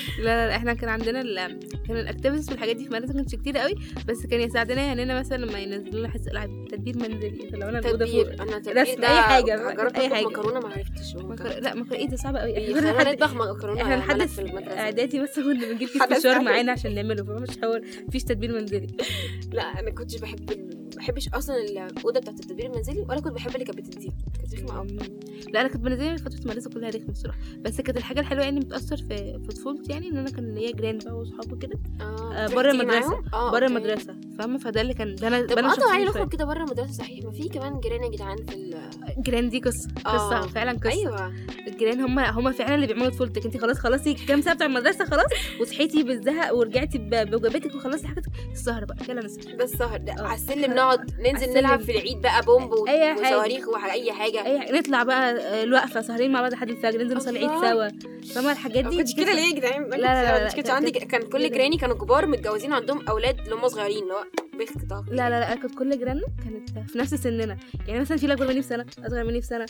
لا احنا كان عندنا كان الاكتيفيتيز والحاجات دي في المدرسه كانت كتير قوي، بس كان يساعدنا يعني اننا مثلا لما ينزلوا لنا حصه العاب تدبير منزلي، فلو انا الاوضه فوق انا تدبير ده اي حاجه جربت اي حاجه مكرونه ما عرفتش. لا مكرونه ايه ده صعب قوي. احنا نطبخ مكرونه احنا لحد في المدرسه اعدادي مثلا كنا بنجيب كيس فشار معانا عشان نعمله، فمش حوار مفيش تدبير منزلي. لا انا كنتش بحبش اصلا الاوضه بتاعت التدبير المنزلي، ولا كنت بحب اللي كانت بتديه، كانت رخمه قوي. لا انا كنت بالنسبه لي فتره المدرسه كلها رخمه الصراحه، بس كانت الحاجه الحلوه يعني بتاثر في طفولتي يعني ان انا كان ليا جيران بقى واصحابي كده بره المدرسه. بره المدرسه فاهمه، فده اللي كان انا تعالي نخرج كده بره المدرسه. صحيح ما في كمان جيران يا جدعان في الجيران دي قصه فعلا قصه. ايوه الجيران هم فعلا اللي بيعملوا طفولتك. انت خلصتي كام ساعه بتاع المدرسه خلاص وصحيتي بالزهق ورجعتي بوجباتك وخلصتي حاجتك، السهره بقى يلا نسهر. ده السهر ده على السلم نقعد ننزل نلعب في العيد بقى بومب وصواريخ اي حاجه نطلع بقى الوقفه سهرين مع بعض لحد الفجر، ننزل نصلي عيد سوا. فاهمه الحاجات دي كنتش كده ليه يا جدعان؟ لا كنتش عندي. كان كل جيراني كانوا كبار متجوزين عندهم اولاد اللي هم صغيرين اللي هو بيخطط. لا كانت كل جيراننا كانت في نفس سننا، يعني مثلا في اكبر مني بسنه اصغر مني بسنه،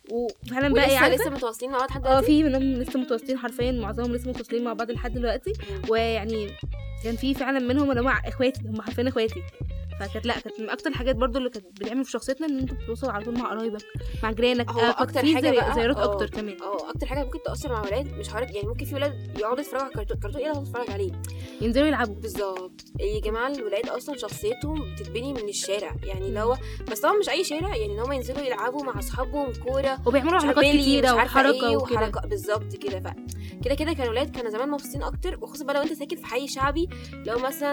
وفعلا بقى يعني لسه متواصلين مع بعض لحد دلوقتي. في منهم لسه متواصلين حرفيا، معظمهم لسه متواصلين مع بعض لحد دلوقتي. ويعني كان في فعلا منهم اللي هم اخواتي، هم حرفيا اخواتي. فكانت من اكتر الحاجات برضو اللي كانت بتعمل في شخصيتنا ان انت بتوصل على طول مع قرايبك مع جيرانك. اكتر حاجه بقى زيارات اكتر كمان. اكتر حاجه ممكن تاثر مع ولاد مش عارف يعني، ممكن في ولاد يقعدوا يتفرجوا على كرتون ايه اللي هتتفرج عليه، ينزلوا يلعبوا. بالظبط يا جماعه الولاد اصلا شخصيتهم بتتبني من الشارع يعني، اللي هو بس طبعا مش اي شارع يعني، ان هم ينزلوا يلعبوا مع اصحابهم كوره وبيعملوا حركات كتيره وحركه بالظبط كده. كده كان ولاد كانوا زمان مبسوطين اكتر، وخصوصا بقى لو انت ساكن في حي شعبي، لو مثلا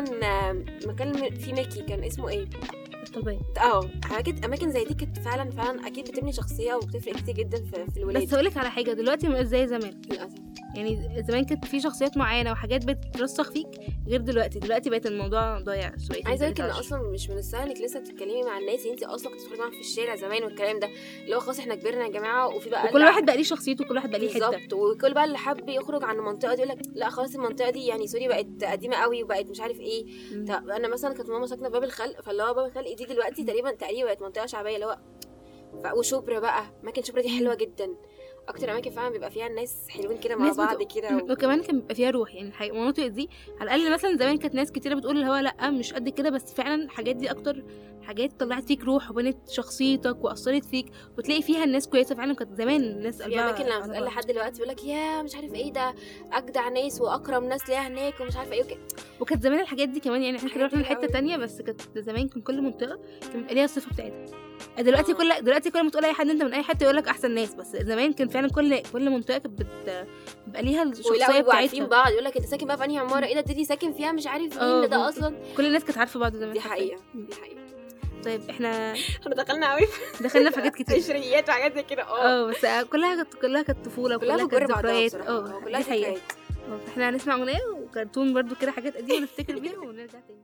مكان في ميكي كان اسمه ايه طبيعي. اماكن زي دي كانت فعلا اكيد بتبني شخصيه وبتفرق كتير جدا في الولاد. بس هقولك على حاجه، دلوقتي مش زي زمان للاسف. يعني زمان كانت في شخصيات معينه وحاجات بترسخ فيك غير دلوقتي بقت الموضوع ضايع شويه. عايزه اقولك ان اصلا مش من السهل انك لسه تتكلمي مع الناس انت اصلا كنت بتتفرجي معاهم في الشارع زمان والكلام ده، اللي هو خلاص احنا كبرنا يا جماعه، وفي بقى وكل واحد بقى ليه شخصيته وكل واحد بقى ليه حته بالظبط. وكل بقى اللي حب يخرج عن المنطقه دي يقول لك لا خلاص المنطقه دي يعني سوري بقت قديمه قوي وبقت مش عارف ايه. طب انا مثلا كانت ماما ساكنه في باب الخلق، فاللي هو باب الخلق دي دلوقتي تقريبا بقت منطقه شعبيه اللي هو وشبرا بقى، اماكن شبرا دي حلوه جدا. اكتر اماكن فعلا بيبقى فيها الناس حلوين كده مع ناس بعض كده وكمان كان بيبقى فيها روح، يعني المناطق دي على الاقل مثلا زمان كانت ناس كتيره بتقول اللي هو لا مش قد كده، بس فعلا الحاجات دي اكتر حاجات طلعت فيك روح وبنت شخصيتك واثرت فيك، وتلاقي فيها الناس كويسه فعلا. كانت زمان الناس في اماكن لما تسال لحد دلوقتي يقول لك يا مش عارف ايه ده اجدع ناس واكرم ناس ليها هناك ومش عارفه ايه وكده. وكانت زمان الحاجات دي كمان، يعني احنا كده رحنا حاجات لحته تانية، بس كانت زمان كان كل منطقه كان بيبقى ليها الصفه بتاعتها. دلوقتي كل ما تقول اي حد انت من اي حته يقول لك احسن ناس، بس زمان كان فعلا كل منطقه كانت بيبقى ليها الشخصيه بتاعتها. عارفين بتاعتها. بعض، يقول لك انت ساكن بقى في انهي عماره، ايه ده دي ساكن فيها مش عارف مين اللي ده اصلا. كل الناس كانت عارفه بعض زمان. دي حقيقه دي حقيقه. طيب احنا دخلنا قوي دخلنا في حاجات كتير، عشريات وحاجات زي كده. بس كلها كانت طفوله كلها وكلها كانت بتجرب بعضها ذكريات. بصراحه، كلها دي حقيقة. ذكريات. احنا هنسمع اغنيه وكرتون برضو كده، حاجات قديمه نفتكر بيها ونرجع تاني.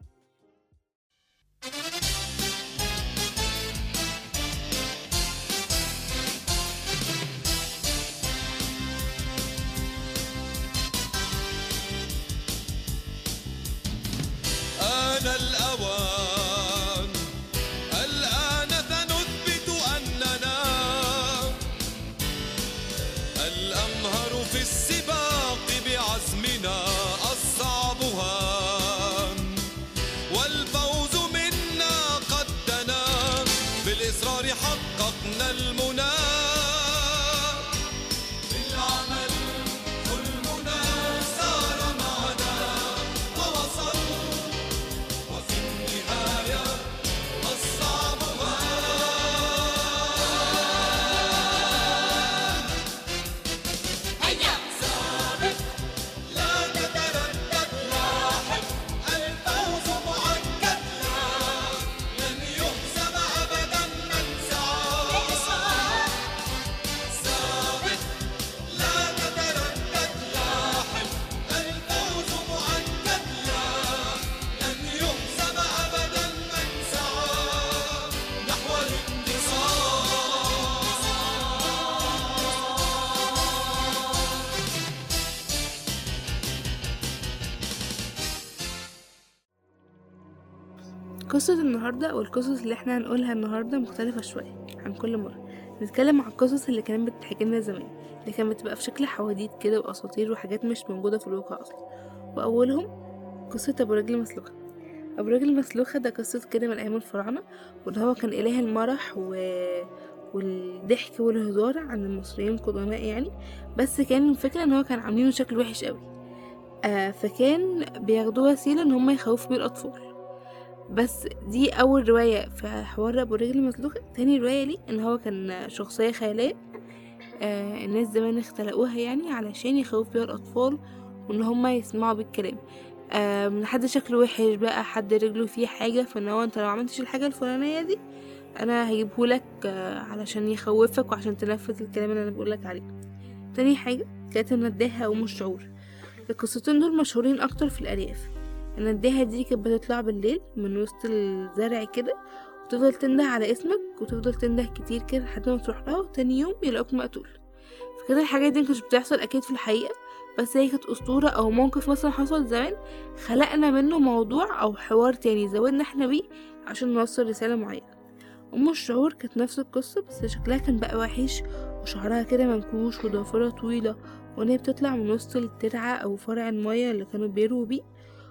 آن الأوان الآن سنثبت أننا الأمهر في السباق بعزمنا الصعب هان والفوز منا قد دنا بالإصرار حققنا المنى بالعمل حلمنا سار معنا ووصل وفي النهاية الصعب هان هيا سابق لا تتردد لاحق الفوز مؤكد لن يهزم أبدا من سعى سابق لا تتردد لاحق الفوز مؤكد لن يهزم أبدا من سعى نحو الانتصار. قصة النهاردة أو القصص اللي احنا هنقولها النهاردة مختلفة شوية عن كل مرة. نتكلم عن القصص اللي كانت بتتحكي لنا زمان، اللي كانت بتبقى في شكل حواديت كده وأساطير وحاجات مش موجودة في الواقع أصلا. وأولهم قصة أبو رجل مسلوخة. أبو رجل مسلوخة ده قصة كده من أيام الفراعنة، وده هو كان إله المرح والضحك والهزار عن المصريين القدماء يعني. بس كان الفكرة ان هو كان عاملينه شكل وحش قوي، فكان بياخدوه وسيلة ان هم يخوفوا بيه الأطفال. بس دي أول رواية في حوار أبو رجل مسلوخة. تاني رواية ليه ان هو كان شخصية خيالية، الناس زمان اختلقوها يعني علشان يخوف بيها الأطفال وان هم يسمعوا بالكلام. من حد شكله وحش بقى، حد رجله فيه حاجة، فان هو انت لو عملتش الحاجة الفلانية دي انا هجيبهولك علشان يخوفك وعشان تنفذ الكلام اللي انا بقولك عليه. تاني حاجة كانت النداهة أم الشعور. القصتين دول مشهورين اكتر في الأرياف. النداهة دي كانت بتطلع بالليل من وسط الزرع كده، وتفضل تنده على اسمك وتفضل تنده كتير كده لحد ما تروح لها، وتاني يوم يلاقوك مقتول. فكده الحاجات دي مكانتش بتحصل اكيد في الحقيقة، بس هي كانت أسطورة أو موقف مثلا حصل زمان خلقنا منه موضوع أو حوار تاني زودنا احنا بيه عشان نوصل رسالة معينة. أم الشعور كانت نفس القصة، بس شكلها كان بقى وحش وشعرها كده منكوش وضوافرها طويلة، وإن هي بتطلع من وسط الترعة أو فرع المية اللي كانوا بيروا بيه،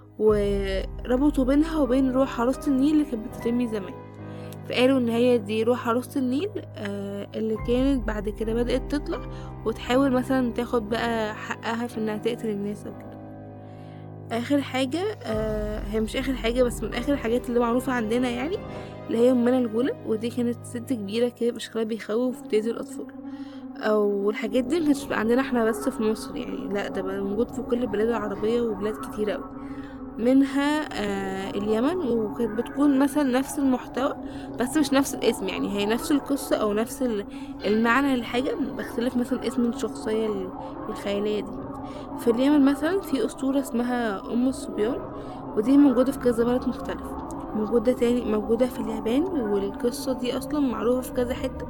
وربطوا بينها وبين روح عروسة النيل اللي كانت بتترمي زمان. فقالوا ان هي دي روح عروسة النيل اللي كانت بعد كده بدأت تطلع وتحاول مثلا تاخد بقى حقها في انها تقتل الناس او كده. اخر حاجة هي مش اخر حاجة بس من اخر الحاجات اللي معروفة عندنا يعني، اللي هي أمنا الغولة. ودي كانت ست كبيرة كده بشكلها بيخوف وبتأذي الأطفال. او الحاجات دي مكانتش عندنا احنا بس في مصر يعني، لا ده بقى موجود في كل البلاد العربية وبلاد كتيرة اوي، منها اليمن. وكانت بتكون مثلا نفس المحتوى بس مش نفس الاسم، يعني هي نفس القصة او نفس المعنى للحاجة، بختلف مثلا اسم الشخصية الخيالية دي. في اليمن مثلا في أسطورة اسمها أم الصبيان، ودي موجودة في كذا بلد مختلف. موجودة في اليابان، والقصة دي أصلا معروفة في كذا حتة،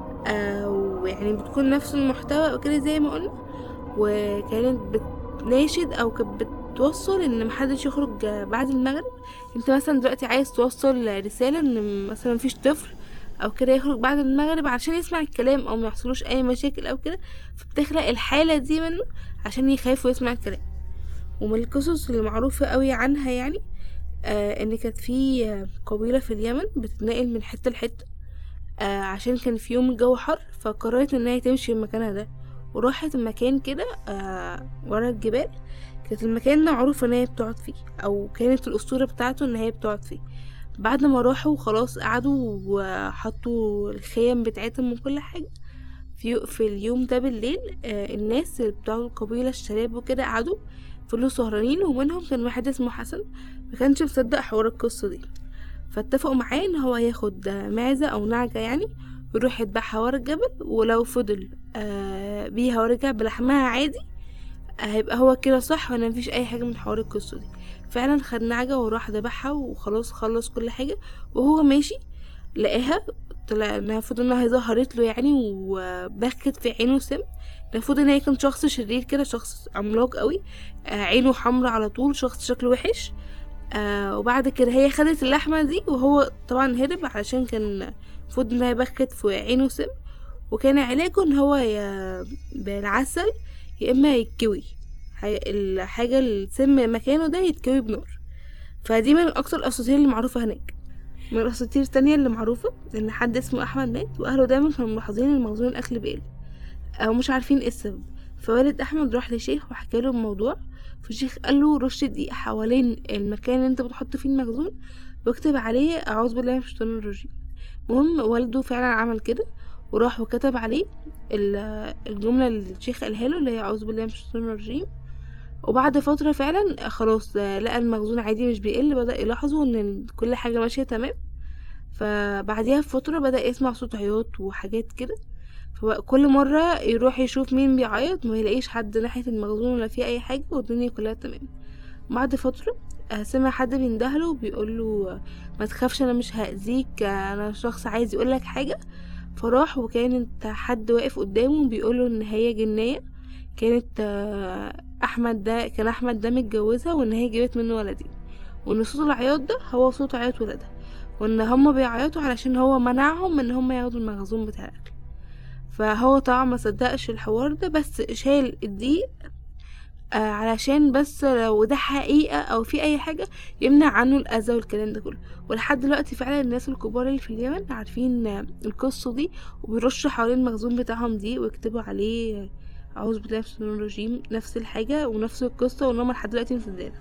ويعني بتكون نفس المحتوى وكده زي ما قلنا. وكانت بتناشد أو كانت بتوصل ان محدش يخرج بعد المغرب. انت مثلا دلوقتي عايز توصل رسالة ان مثلا مفيش طفل او كده يخرج بعد المغرب عشان يسمع الكلام او ما يحصلوش اي مشاكل او كده، فبتخلق الحالة دي منه عشان يخاف ويسمع الكلام. ومن القصص اللي معروفة قوي عنها يعني ان كانت في قبيلة في اليمن بتتنقل من حتة لحتة عشان كان في يوم الجو حر، فقررت انها تمشي من مكانها ده وراحت المكان كده ورا الجبال. كانت المكان ده معروف ان هي بتقعد فيه، او كانت الاسطورة بتاعته ان هي بتقعد فيه. بعد ما راحوا خلاص قعدوا وحطوا الخيم بتاعتهم وكل حاجة، في اليوم ده بالليل الناس بتوع القبيلة الشباب وكده قعدوا فضلوا سهرانين، ومنهم كان واحد اسمه حسن ما كانش مصدق حوار القصة دي، فاتفقوا معاه ان هو ياخد معزة او نعجة يعني ويروح يذبحها ورا الجبل، ولو فضل بيها ورجع بلحمها عادي هيبقى هو كده صح وانا مفيش اي حاجة من حوار القصة دي. فعلا خد نعجة وراح ذبحها وخلاص خلص كل حاجة، وهو ماشي لقاها طلع انها المفروض انها ظهرت له يعني وبكت في عينه سم. المفروض ان هي كان شخص شرير كده، شخص عملاق قوي عينه حمرا على طول، شخص شكله وحش. وبعد كده هي خدت اللحمة دي وهو طبعا هرب علشان كان المفروض انها بكت في عينه سم، وكان علاجه ان هو بالعسل يا اما يتكوي الحاجة السم مكانه ده يتكوي بنار. فدي من اكتر الاساطير اللي معروفة هناك. من الاساطير التانية اللي معروفة ان حد اسمه احمد مات واهله دايما كانوا ملاحظين ان مخزون الاكل بقل او مش عارفين ايه السبب. فوالد احمد راح لشيخ وحكى له الموضوع، فالشيخ قال له رش دقيق حوالين المكان اللي انت بتحط فيه المخزون واكتب عليه اعوذ بالله من الشيطان الرجيم. المهم والده فعلا عمل كده وراح وكتب عليه الجملة اللي الشيخ قالها له اللي هي اعوذ بالله من الشيطان الرجيم. وبعد فترة فعلا خلاص لقى المخزون عادي مش بيقل، بدأ يلاحظوا ان كل حاجة ماشية تمام. فبعديها بفترة بدأ يسمع صوت عياط وحاجات كده، فكل مرة يروح يشوف مين بيعيط ما يلاقيش حد ناحية المخزون ولا فيه اي حاجة والدنيا كلها تمام. بعد فترة سمع حد بيندهله وبيقوله ما تخافش انا مش هأذيك، انا شخص عايز يقولك حاجة. فراح وكانت حد واقف قدامه بيقوله ان هي جنية كانت احمد ده متجوزها وان هي جابت منه ولدين، وان صوت العياط ده هو صوت عياط ولدها، وان هما بيعيطوا علشان هو منعهم ان هما ياخدوا المخزون بتاع الاكل. فهو طبعا ما صدقش الحوار ده بس شال الدقيق علشان بس لو ده حقيقة او في اي حاجة يمنع عنه الاذى والكلام ده كله. ولحد دلوقتي فعلا الناس الكبار اللي في اليمن عارفين القصة دي وبيرشوا حوالين المخزون بتاعهم دي ويكتبوا عليه اعوذ بالله من الشيطان الرجيم، نفس الحاجة ونفس القصة وان هم لحد دلوقتي مصدقينها.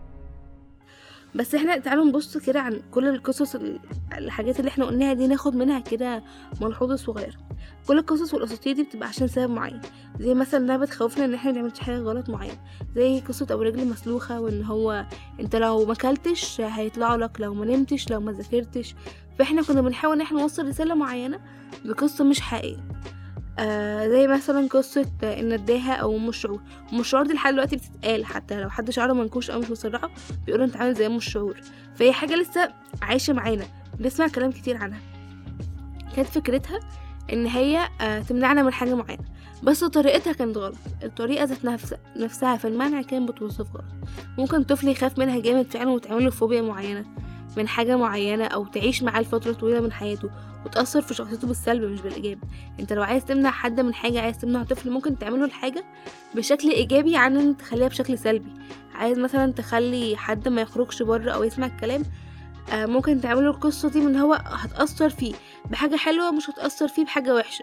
بس احنا تعالوا نبص كده عن كل القصص الحاجات اللي احنا قلناها دي، ناخد منها كده ملحوظة صغيرة. كل القصص والاساطير دي بتبقى عشان سبب معين، زي مثلا انها بتخوفنا ان احنا منعملش حاجة غلط معين، زي قصة ابو رجل مسلوخة وان هو انت لو ما كلتش هيطلع لك، لو ما نمتش، لو ما ذاكرتش. فاحنا كنا بنحاول ان احنا نوصل رسالة معينة بقصة مش حقيقية. زي مثلا قصة النداهة او ام الشعور. ام الشعور دي لحد دلوقتي بتتقال، حتى لو حد شعره منكوش او مش مسرحه بيقولوا انت عامل زي ام الشعور. فهي حاجة لسه عايشة معانا بنسمع كلام كتير عنها. كانت فكرتها ان هي تمنعنا من حاجة معينة، بس طريقتها كانت غلط. الطريقة ذات نفسها في المنع كان بتوصف غلط. ممكن طفل يخاف منها جامد فعلا وتعمله فوبيا معينة من حاجة معينة، او تعيش معاه لفترة طويلة من حياته وتأثر في شخصيته بالسلب مش بالإيجاب. انت لو عايز تمنع حد من حاجة، عايز تمنع طفل، ممكن تعمله الحاجة بشكل إيجابي عن ان تخليها بشكل سلبي. عايز مثلا تخلي حد ما يخرجش بره او يسمع الكلام، ممكن تعمله القصة دي من هو هتأثر فيه بحاجة حلوة مش هتأثر فيه بحاجة وحشة.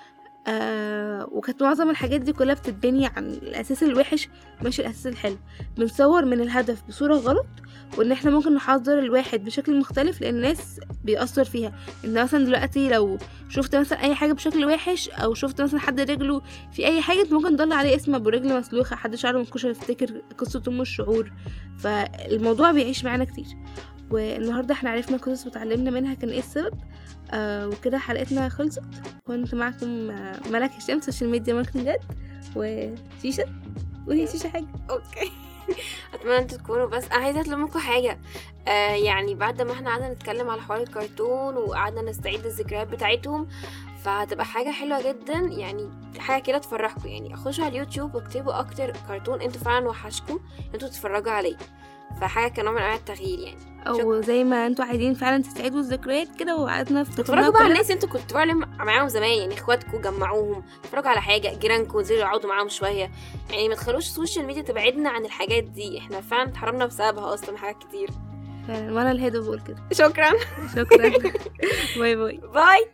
وكانت معظم الحاجات دي كلها بتتبني عن الأساس الوحش مش الأساس الحلو. بنصور من الهدف بصورة غلط، وان احنا ممكن نحذر الواحد بشكل مختلف لان الناس بيأثر فيها. ان مثلا دلوقتي لو شفت مثلا اي حاجة بشكل وحش، او شفت مثلا حد رجله في اي حاجة ممكن تضل عليه اسم ابو رجل مسلوخة، حد شعره منكوش يفتكر قصة ام الشعور. فالموضوع بيعيش معانا كتير، والنهاردة احنا عرفنا قصص وتعلمنا منها كان ايه السبب. وكده حلقتنا خلصت. كنت معكم ملك هشام، سوشيال ميديا ماركتنج جد، وشيشة. وهي شيشة حاجة اوكي. اتمنى انتوا تكونوا، بس انا عايزه اطلب منكم حاجه. يعني بعد ما احنا قعدنا نتكلم على حوار الكرتون وقعدنا نستعيد الذكريات بتاعتهم، فهتبقى حاجه حلوه جدا، يعني حاجه كده تفرحكم. يعني خشوا على اليوتيوب واكتبوا اكتر كرتون انتوا فعلا وحشكم انتوا تتفرجوا عليه، فحاجه كنوع من انواع التغيير يعني. او زي ما انتوا عايزين فعلا تستعيدوا الذكريات كده وقعدنا اتفرجوا بقى على الناس انتوا كنتوا بتتفرجوا معاهم زمان، يعني اخواتكم جمعوهم، اتفرجوا على حاجه، جيرانكم انزلوا اقعدوا معاهم شويه، يعني ما تخلوش السوشيال ميديا تبعدنا عن الحاجات دي، احنا فعلا اتحرمنا بسببها اصلا حاجات كتير فعلا. وانا الهدى بقول كده. شكرا. شكرا. باي باي. باي.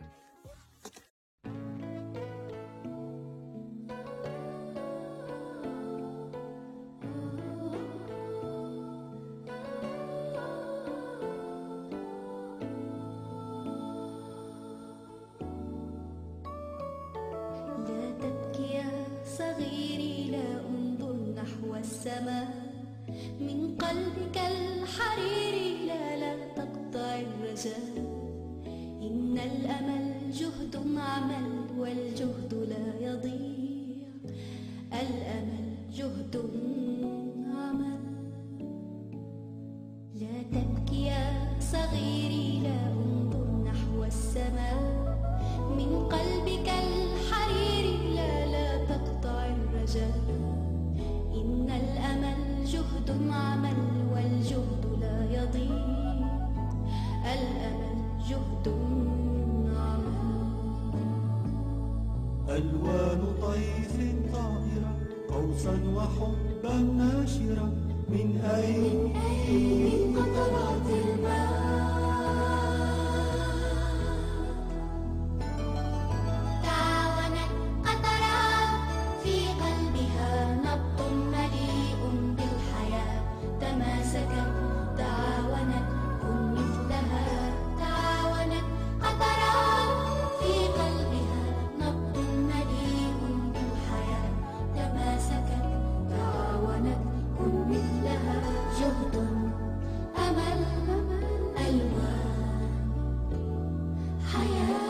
لا تبكي يا صغيري، لا انظر نحو السماء، من قلبك الحريري لا تقطع الرجاء، إن الأمل جهد عمل والجهد لا يضيع، الأمل جهد عمل. لا تبكي يا صغيري، لا انظر نحو السماء، من قلبك الحريري لا تقطع الرجاء، إن الأمل جهد عمل والجهد لا يضيع، الأمل جهد عمل. ألوان طيف طائرة قوسا وحبا ناشرا، من أين قطرات الماء تعاونت قطرات في قلبها، نبض مليء بالحياة تماسكت تعاونت كن مثلها، تعاونت قطرات في قلبها، نبض مليء بالحياة تماسكت تعاونت كن مثلها، جهد أمل ألوان حياة.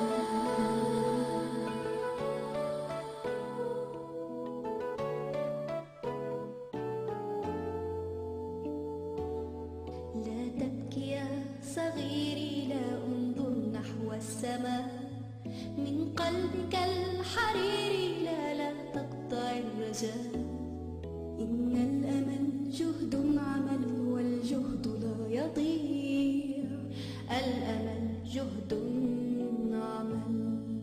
لا تبكي يا صغيري، لا انظر نحو السماء، من قلبك الحريري لا تقطع الرجاء، إن الأمل جهد عمل والجهد لا يضيع، الأمل جهد عمل.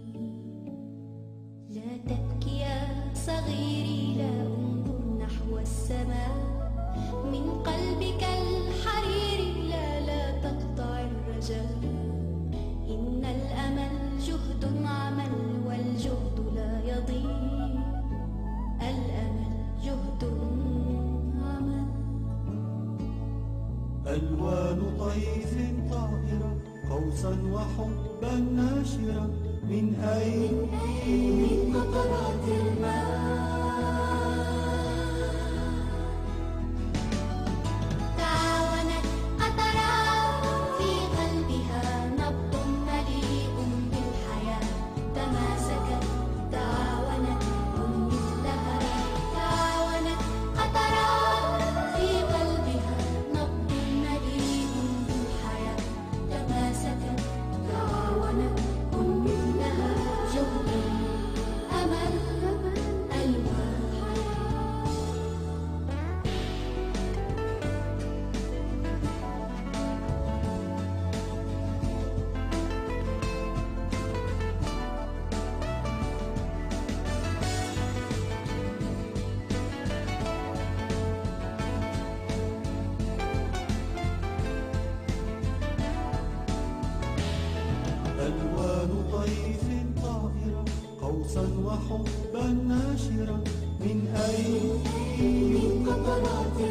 لا تبكي يا صغيري، لا انظر نحو السماء، من قلبك الحريري لا تقطع الرجاء، إن الأمل جهد عمل والجهد لا يضيع، الأمل جهد عمل. ألوان طيف طائرة قوسا وحبا ناشرا، من أين قطرات الماء تعاونت قطرات في قلبها، نبض مليء بالحياة تماسكت تعاونت كن مثلها، تعاونت قطرات في قلبها، نبض مليء بالحياة تماسكت تعاونت كن مثلها، جهد أمل ألوان ألوان طيف طائرة قوسا وحبا ناشرا، من أين قطرات